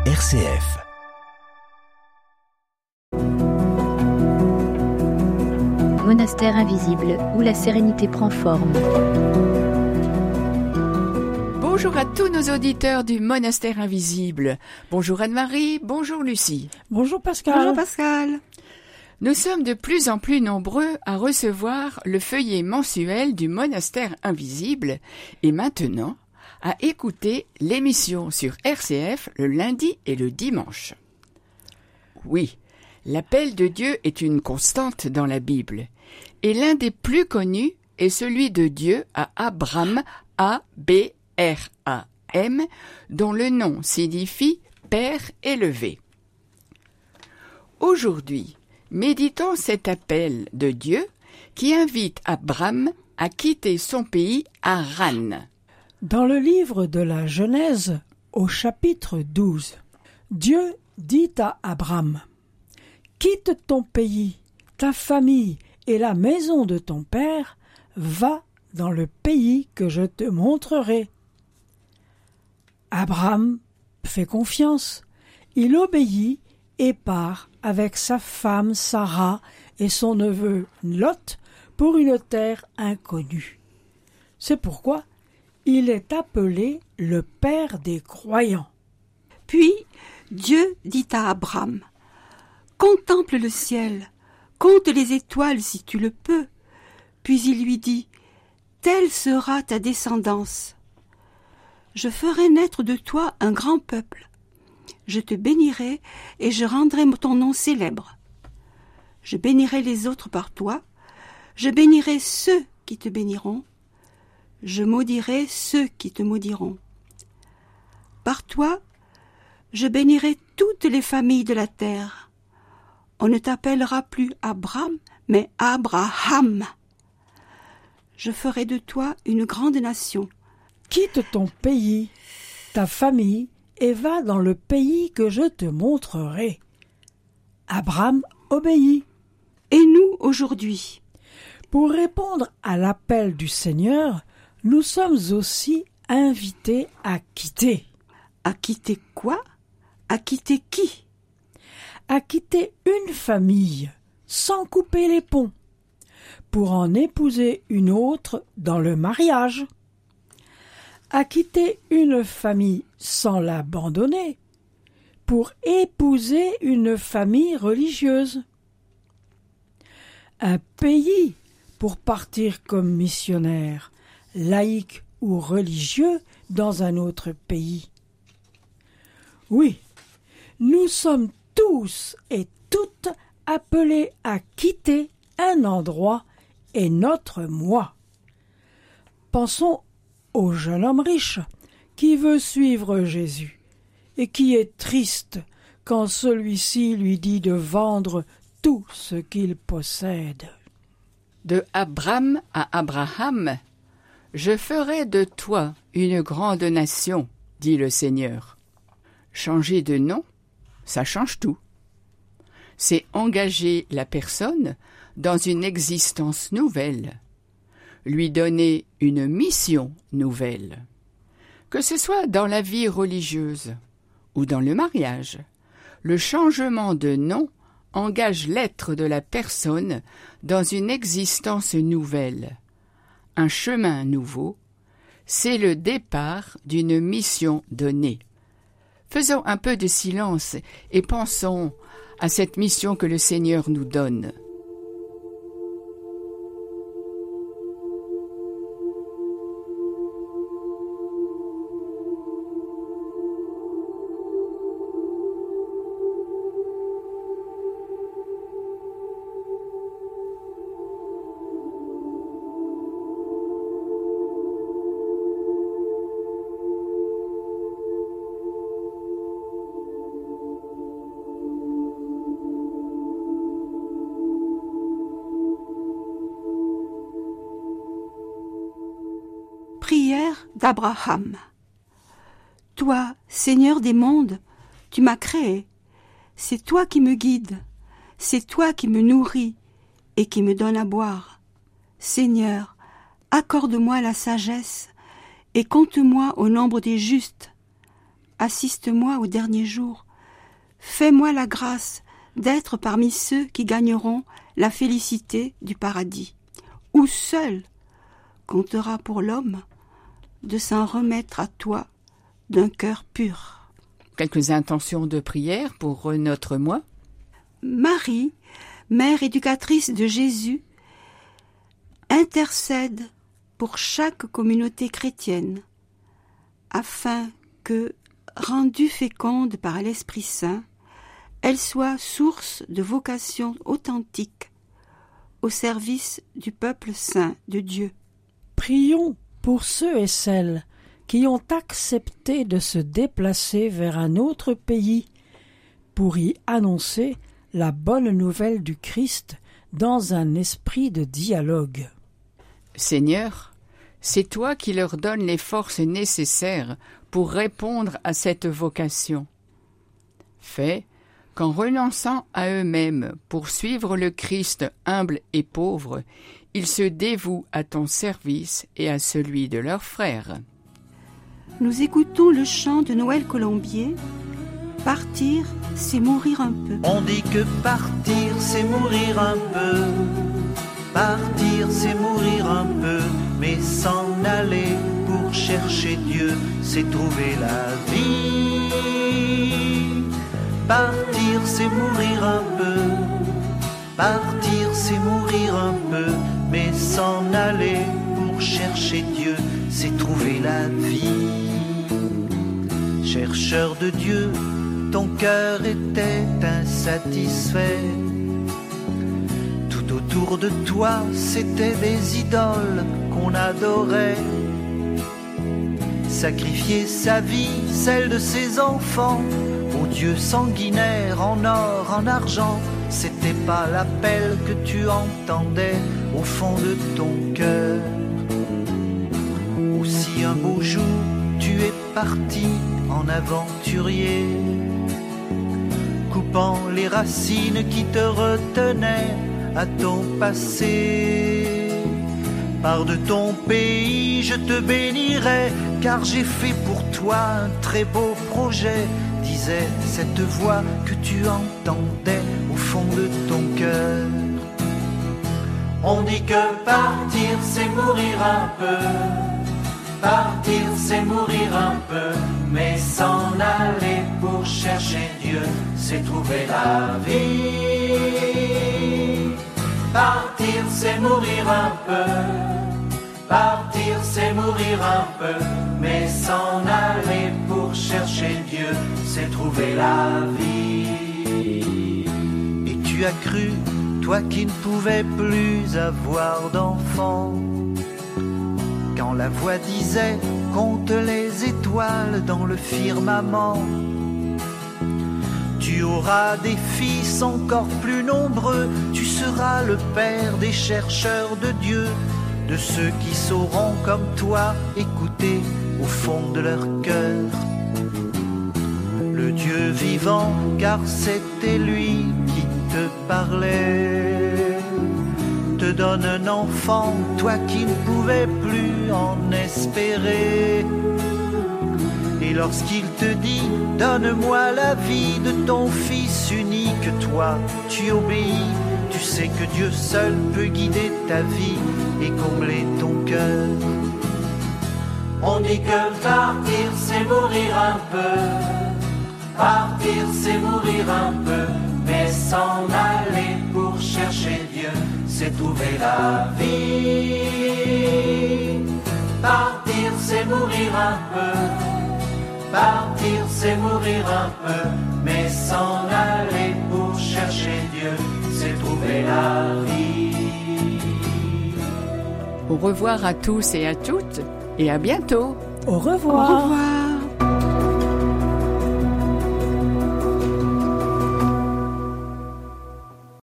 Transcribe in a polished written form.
RCF. Monastère invisible, où la sérénité prend forme. Bonjour à tous nos auditeurs du Monastère invisible. Bonjour Anne-Marie, bonjour Lucie. Bonjour Pascal. Bonjour Pascal. Nous sommes de plus en plus nombreux à recevoir le feuillet mensuel du Monastère invisible et maintenant à écouter l'émission sur RCF le lundi et le dimanche. Oui, l'appel de Dieu est une constante dans la Bible et l'un des plus connus est celui de Dieu à Abram, A-B-R-A-M, dont le nom signifie « Père élevé ». Aujourd'hui, méditons cet appel de Dieu qui invite Abram à quitter son pays Haran. Dans le livre de la Genèse, au chapitre 12, Dieu dit à Abram : « Quitte ton pays, ta famille et la maison de ton père, va dans le pays que je te montrerai. » Abram fait confiance, il obéit et part avec sa femme Sarah et son neveu Lot pour une terre inconnue. C'est pourquoi il est appelé le père des croyants. Puis Dieu dit à Abram : « Contemple le ciel, compte les étoiles si tu le peux. » Puis il lui dit : « Telle sera ta descendance. Je ferai naître de toi un grand peuple. Je te bénirai et je rendrai ton nom célèbre. Je bénirai les autres par toi. Je bénirai ceux qui te béniront. Je maudirai ceux qui te maudiront. Par toi, je bénirai toutes les familles de la terre. On ne t'appellera plus Abram, mais Abraham. Je ferai de toi une grande nation. Quitte ton pays, ta famille, et va dans le pays que je te montrerai. » Abram obéit. Et nous, aujourd'hui, Pour répondre à l'appel du Seigneur, nous sommes aussi invités à quitter. à quitter quoi ? À quitter qui ? À quitter une famille, sans couper les ponts, pour en épouser une autre dans le mariage. À quitter une famille sans l'abandonner, pour épouser une famille religieuse. Un pays pour partir comme missionnaire, laïque ou religieux dans un autre pays. Oui, nous sommes tous et toutes appelés à quitter un endroit et notre moi. Pensons au jeune homme riche qui veut suivre Jésus et qui est triste quand celui-ci lui dit de vendre tout ce qu'il possède. De Abram à Abraham, « Je ferai de toi une grande nation, dit le Seigneur. » Changer de nom, ça change tout. C'est engager la personne dans une existence nouvelle, lui donner une mission nouvelle. Que ce soit dans la vie religieuse ou dans le mariage, le changement de nom engage l'être de la personne dans une existence nouvelle. Un chemin nouveau, c'est le départ d'une mission donnée. Faisons un peu de silence et pensons à cette mission que le Seigneur nous donne. prière d'Abraham. Toi, Seigneur des mondes, tu m'as créé. C'est toi qui me guides, c'est toi qui me nourris et qui me donnes à boire. Seigneur, accorde-moi la sagesse et compte-moi au nombre des justes. assiste-moi au dernier jour. Fais-moi la grâce d'être parmi ceux qui gagneront la félicité du paradis, où seul comptera pour l'homme de s'en remettre à toi d'un cœur pur. Quelques intentions de prière pour notre moi. Marie, mère éducatrice de Jésus, intercède pour chaque communauté chrétienne, afin que, rendue féconde par l'Esprit Saint, elle soit source de vocation authentique au service du peuple saint de Dieu. Prions pour ceux et celles qui ont accepté de se déplacer vers un autre pays pour y annoncer la bonne nouvelle du Christ dans un esprit de dialogue. Seigneur, c'est toi qui leur donnes les forces nécessaires pour répondre à cette vocation. Fais qu'en renonçant à eux-mêmes pour suivre le Christ humble et pauvre, ils se dévouent à ton service et à celui de leurs frères. Nous écoutons le chant de Noël Colombier. Partir, c'est mourir un peu. On dit que partir, c'est mourir un peu. Partir, c'est mourir un peu. Mais s'en aller pour chercher Dieu, c'est trouver la vie. Partir, c'est mourir un peu. Partir, c'est mourir un peu. Mais s'en aller pour chercher Dieu, c'est trouver la vie. Chercheur de Dieu, ton cœur était insatisfait. Tout autour de toi, c'était des idoles qu'on adorait. Sacrifier sa vie, celle de ses enfants, aux dieux sanguinaires en or, en argent, c'était pas l'appel que tu entendais au fond de ton cœur. Aussi un beau jour, tu es parti en aventurier, coupant les racines qui te retenaient à ton passé. Pars de ton pays, je te bénirai, car j'ai fait pour toi un très beau projet, disait cette voix que tu entendais au fond de ton cœur. On dit que partir c'est mourir un peu, partir c'est mourir un peu, mais s'en aller pour chercher Dieu, c'est trouver la vie. Partir c'est mourir un peu, partir c'est mourir un peu, mais s'en aller pour chercher Dieu, c'est trouver la vie. Et tu as cru, toi qui ne pouvais plus avoir d'enfant, quand la voix disait compte les étoiles dans le firmament. Tu auras des fils encore plus nombreux, tu seras le père des chercheurs de Dieu, de ceux qui sauront comme toi écouter au fond de leur cœur le Dieu vivant, car c'était lui qui te parlait. Te donne un enfant, toi qui ne pouvais plus en espérer. Et lorsqu'il te dit, donne-moi la vie de ton fils unique, toi, tu obéis. Tu sais que Dieu seul peut guider ta vie et combler ton cœur. On dit que partir c'est mourir un peu, partir c'est mourir un peu, mais s'en aller pour chercher Dieu, c'est trouver la vie. Partir c'est mourir un peu, partir c'est mourir un peu, mais s'en aller pour chercher Dieu, c'est trouver la vie. Au revoir à tous et à toutes, et à bientôt. Au revoir. Au revoir.